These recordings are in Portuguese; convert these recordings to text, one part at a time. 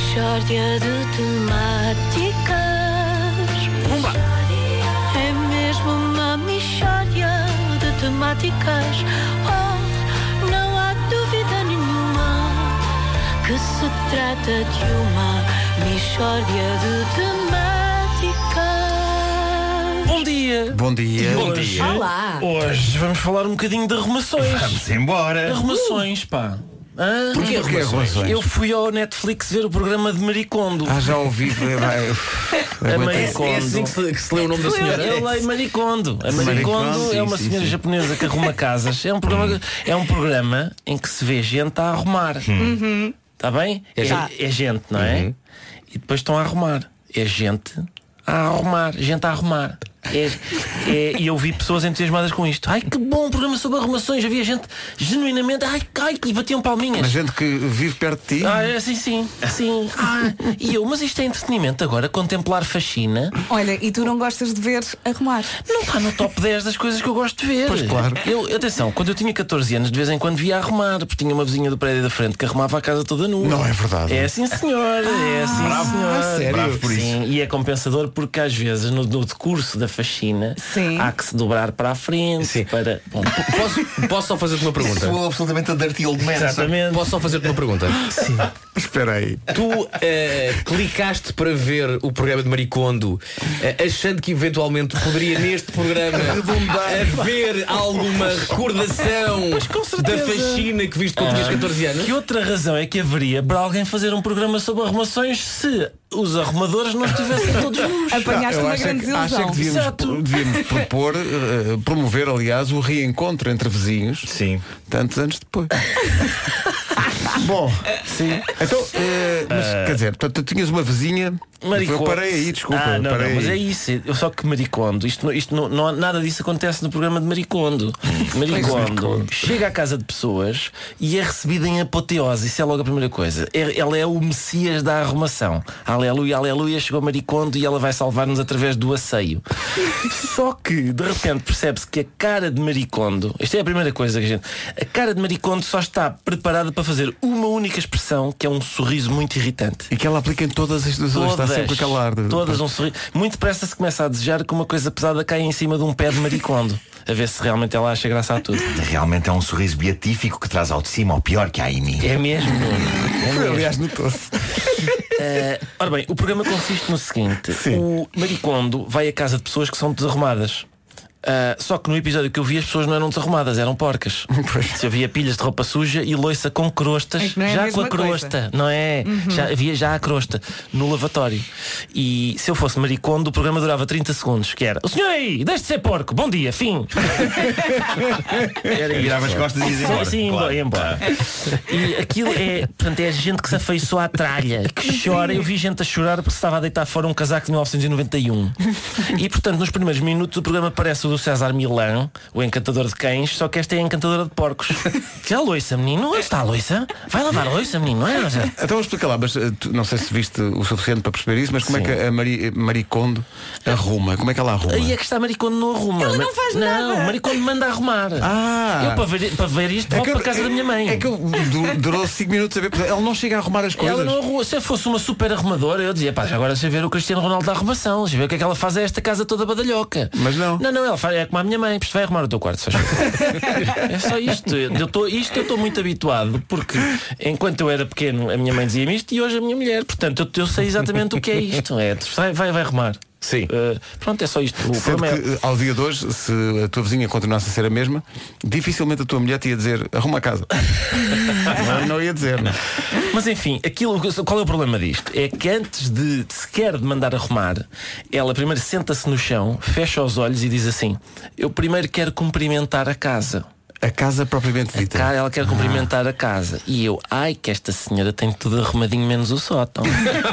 Mixórdia de temáticas. É mesmo uma mixórdia de temáticas. Oh, não há dúvida nenhuma que se trata de uma mixórdia de temáticas. Bom dia. Bom dia. Bom dia. Olá. Hoje vamos falar um bocadinho de arrumações. Vamos embora. Arrumações, pá. Hã? Porquê arrumações? Eu fui ao Netflix ver o programa de Maricondo. Já ouvi. A Maricondo. É assim que se lê o nome da senhora? Eu leio Maricondo. A Maricondo Maricondo, é uma sim, senhora sim. japonesa que arruma casas. É um programa em que se vê gente a arrumar. Está bem? É gente, não é? E depois estão a arrumar. É gente a arrumar. Gente a arrumar. E eu vi pessoas entusiasmadas com isto. Ai, que bom programa sobre arrumações. Havia gente genuinamente que lhe batiam palminhas. Mas gente que vive perto de ti. Sim. E eu, mas isto é entretenimento agora, contemplar faxina. Olha, e tu não gostas de ver arrumar? Não está no top 10 das coisas que eu gosto de ver. Pois claro. Atenção, quando eu tinha 14 anos, de vez em quando via arrumar, porque tinha uma vizinha do prédio da frente que arrumava a casa toda nua. Não é verdade. É assim, senhor. É assim, senhor. sério? Bravo por isso. Sim, e é compensador porque às vezes no decurso da faxina Sim. há que se dobrar para a frente. Sim. Para... Bom, Posso só fazer-te uma pergunta? Sou absolutamente a dirty old man. exatamente. Posso só fazer-te uma pergunta? Sim. Espera aí. Tu clicaste para ver o programa de Maricondo achando que eventualmente poderia neste programa haver alguma recordação com certeza. da faxina que viste quando tinhas 14 anos? Que outra razão é que haveria para alguém fazer um programa sobre arrumações se os arrumadores não estivessem todos nus? Apanhaste Eu uma acho grande que desilusão. Exato. propor, promover, aliás, o reencontro entre vizinhos. Sim. Tantos anos depois. Bom, Sim. então, mas, quer dizer, portanto, tu tinhas uma vizinha. Maricondo. Eu parei aí, desculpa. Não, parei mas aí. é isso. Só que Maricondo, isto não, nada disso acontece no programa de Maricondo. Maricondo chega à casa de pessoas e é recebida em apoteose. Isso é logo a primeira coisa. Ela é o Messias da arrumação. Aleluia, aleluia, chegou Maricondo e ela vai salvar-nos através do asseio. Só que, de repente, percebe-se que a cara de Maricondo, isto é a primeira coisa que a cara de Maricondo só está preparada para fazer uma única expressão, que é um sorriso muito irritante. E que ela aplica em todas as situações. Está sempre com aquela ar de... Todas um sorriso. Muito depressa se começa a desejar que uma coisa pesada caia em cima de um pé de Maricondo. A ver se realmente ela acha graça a tudo. Realmente é um sorriso beatífico que traz ao de cima o pior que há em mim. É mesmo. É mesmo. Aliás, notou-se. Ora bem, o programa consiste no seguinte. Sim. O Maricondo vai à casa de pessoas que são desarrumadas. Só que no episódio que eu vi as pessoas não eram desarrumadas, eram porcas. Se havia pilhas de roupa suja e loiça com crostas, É que não é a já mesma com a crosta, coisa. não é? Havia já a crosta no lavatório. E se eu fosse Maricondo, o programa durava 30 segundos, que era: o senhor aí, deixe de ser porco, bom dia, fim. Virava as costas e ia embora. Sim, Claro. ia embora. E aquilo portanto, é gente que se afeiçoa à tralha, que chora. Eu vi gente a chorar porque se estava a deitar fora um casaco de 1991. E portanto, nos primeiros minutos o programa parece o do César Milão, o encantador de cães, só que esta é a encantadora de porcos. Já a loiça, menino? Onde está a loiça? Vai lavar a loiça, menino, não é? Então explica lá, mas tu, não sei se viste o suficiente para perceber isso, mas como Sim. é que a Maricondo arruma? Como é que ela arruma? Aí é que está Maricondo, não arruma. Ela não faz nada. Não, Maricondo manda arrumar. Eu para ver isto volto para a casa da minha mãe. É que durou 5 minutos a ver, ela não chega a arrumar as coisas. Ela não arruma. Se eu fosse uma super arrumadora, eu dizia: pá, agora deixa ver o Cristiano Ronaldo da arrumação, deixa ver o que é que ela faz a esta casa toda badalhoca. Mas não. Não, ela faz, é como a minha mãe, vai arrumar o teu quarto, se faz favor. É só isto. Eu estou muito habituado, porque enquanto eu era pequeno a minha mãe dizia-me isto e hoje a minha mulher. Portanto, eu sei exatamente o que é isto. Vai arrumar. Sim. Pronto, é só isto. O Sendo problema que ao dia de hoje, se a tua vizinha continuasse a ser a mesma, dificilmente a tua mulher te ia dizer arruma a casa. não ia dizer, não. Mas enfim, qual é o problema disto? É que antes de sequer de mandar arrumar, ela primeiro senta-se no chão, fecha os olhos e diz assim: eu primeiro quero cumprimentar a casa. A casa propriamente dita. Ela quer cumprimentar a casa. E eu, ai, que esta senhora tem tudo arrumadinho menos o sótão.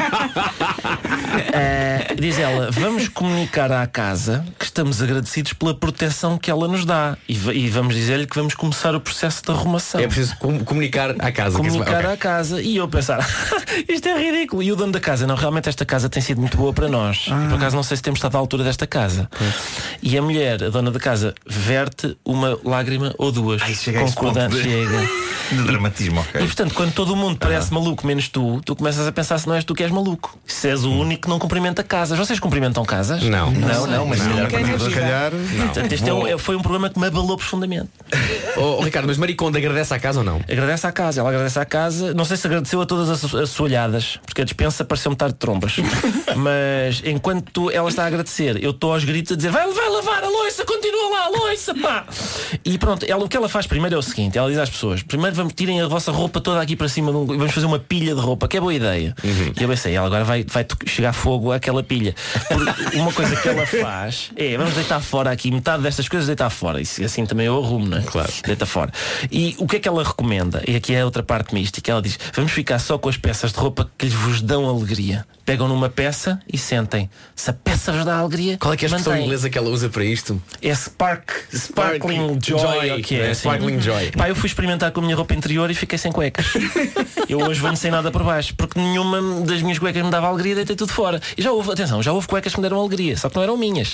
Diz ela: vamos comunicar à casa que estamos agradecidos pela proteção que ela nos dá. E vamos dizer-lhe que vamos começar o processo de arrumação. É preciso comunicar à casa. Comunicar Ok. à casa. E eu pensar: isto é ridículo. E o dono da casa: não, realmente esta casa tem sido muito boa para nós. Por acaso não sei se temos estado à altura desta casa. E a mulher, a dona da casa, verte uma lágrima ou duas. Chega a esse ponto Chega. de dramatismo, ok. E portanto, quando todo o mundo parece maluco, menos tu começas a pensar se não és tu que és maluco. Se és o único que não cumprimenta casas. Vocês cumprimentam casas? Não. Não, mas Se calhar. Portanto, este foi um programa que me abalou profundamente. Ricardo, mas Maricondo agradece à casa ou não? Agradece à casa, ela agradece à casa. Não sei se agradeceu a todas as assoalhadas, porque a despensa pareceu-me estar de trombas. Mas enquanto ela está a agradecer, eu estou aos gritos a dizer: vai lavar a louça, continua lá a louça, pá! E pronto, o que ela faz primeiro é o seguinte: ela diz às pessoas: primeiro tirem a vossa roupa toda aqui para cima e vamos fazer uma pilha de roupa, que é boa ideia. E eu pensei, ela agora vai chegar fogo àquela pilha. Porque uma coisa que ela faz é: vamos deitar fora aqui metade destas coisas, deitar fora. E assim também eu arrumo, não é? Claro. Deita fora. E o que é que ela recomenda? E aqui é outra parte mística. Ela diz: vamos ficar só com as peças de roupa que vos dão alegria. Pegam numa peça e sentem. Se a peça vos dá alegria, Qual é que é a expressão mantém. inglesa que ela usa para isto? É Sparkling Joy. O que é? Sparkling Joy. Pá, eu fui experimentar com a minha roupa interior e fiquei sem cuecas. Eu hoje venho sem nada por baixo, porque nenhuma das minhas cuecas me dava alegria, deitei tudo fora. E já houve cuecas que me deram alegria, só que não eram minhas.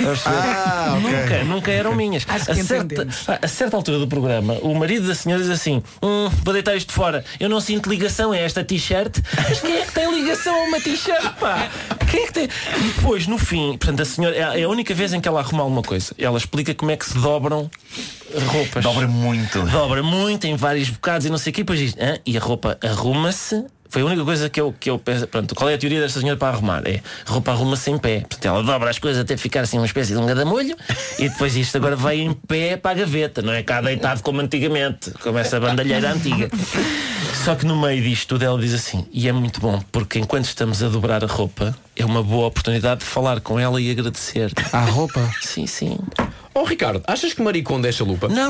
Nunca eram minhas. Acho que entendemos. A certa altura do programa, o marido da senhora diz assim: vou deitar isto fora. Eu não sinto ligação a esta t-shirt. Mas quem é que tem ligação a uma t-shirt, pá? Quem é que tem? E depois, no fim, portanto, a senhora, é a única vez em que ela arruma alguma coisa. Ela explica como é que se dobram roupas. Dobra muito em vários bocados e não sei o que. E depois diz: e a roupa arruma-se. Foi a única coisa que eu penso. Pronto, qual é a teoria desta senhora para arrumar? É: a roupa arruma-se em pé. Portanto, ela dobra as coisas até ficar assim uma espécie de um gadamolho. E depois isto agora vai em pé para a gaveta. Não é cá deitado como antigamente, como essa bandalheira antiga. Só que no meio disto tudo ela diz assim: e é muito bom, porque enquanto estamos a dobrar a roupa, é uma boa oportunidade de falar com ela e agradecer. À roupa? Sim, sim. Ricardo, achas que Maricondo é chalupa? Não.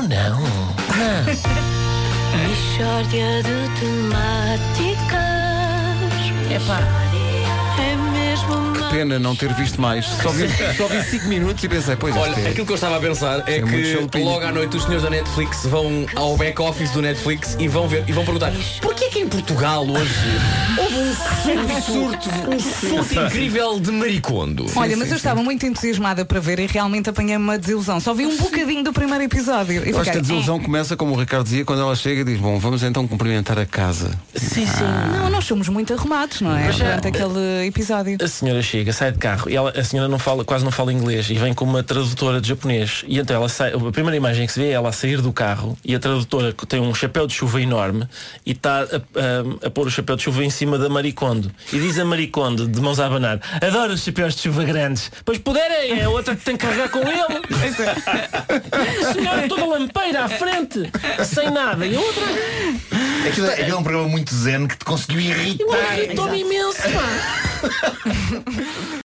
Mixórdia de temáticas. Epá. É mesmo uma Pena não ter visto mais. Só vi 5 minutos e pensei, pois Olha, isto é. aquilo que eu estava a pensar é muito que chalupinho. logo à noite os senhores da Netflix vão ao back-office do Netflix e vão ver e vão perguntar: porquê que em Portugal hoje houve um surto incrível de Maricondo? Olha, mas eu estava muito entusiasmada para ver e realmente apanhei uma desilusão. Só vi um bocadinho do primeiro episódio. E Eu acho que a fiquei, desilusão começa, como o Ricardo dizia, quando ela chega e diz: bom, vamos então cumprimentar a casa. Sim. Não, nós somos muito arrumados, não é? Durante aquele episódio. A senhora chega, sai de carro e a senhora quase não fala inglês e vem com uma tradutora de japonês. E então ela sai, a primeira imagem que se vê é ela a sair do carro e a tradutora que tem um chapéu de chuva enorme e está a pôr o chapéu de chuva em cima da Maricondo. E diz a Maricondo, de mãos a abanar: adoro os chapéus de chuva grandes. Pois puderem, é a outra que tem que carregar com ele. A senhora toda lampeira à frente, sem nada. E a outra... Aquilo é um programa muito zen que te conseguiu irritar. Irritou-me imenso, pá.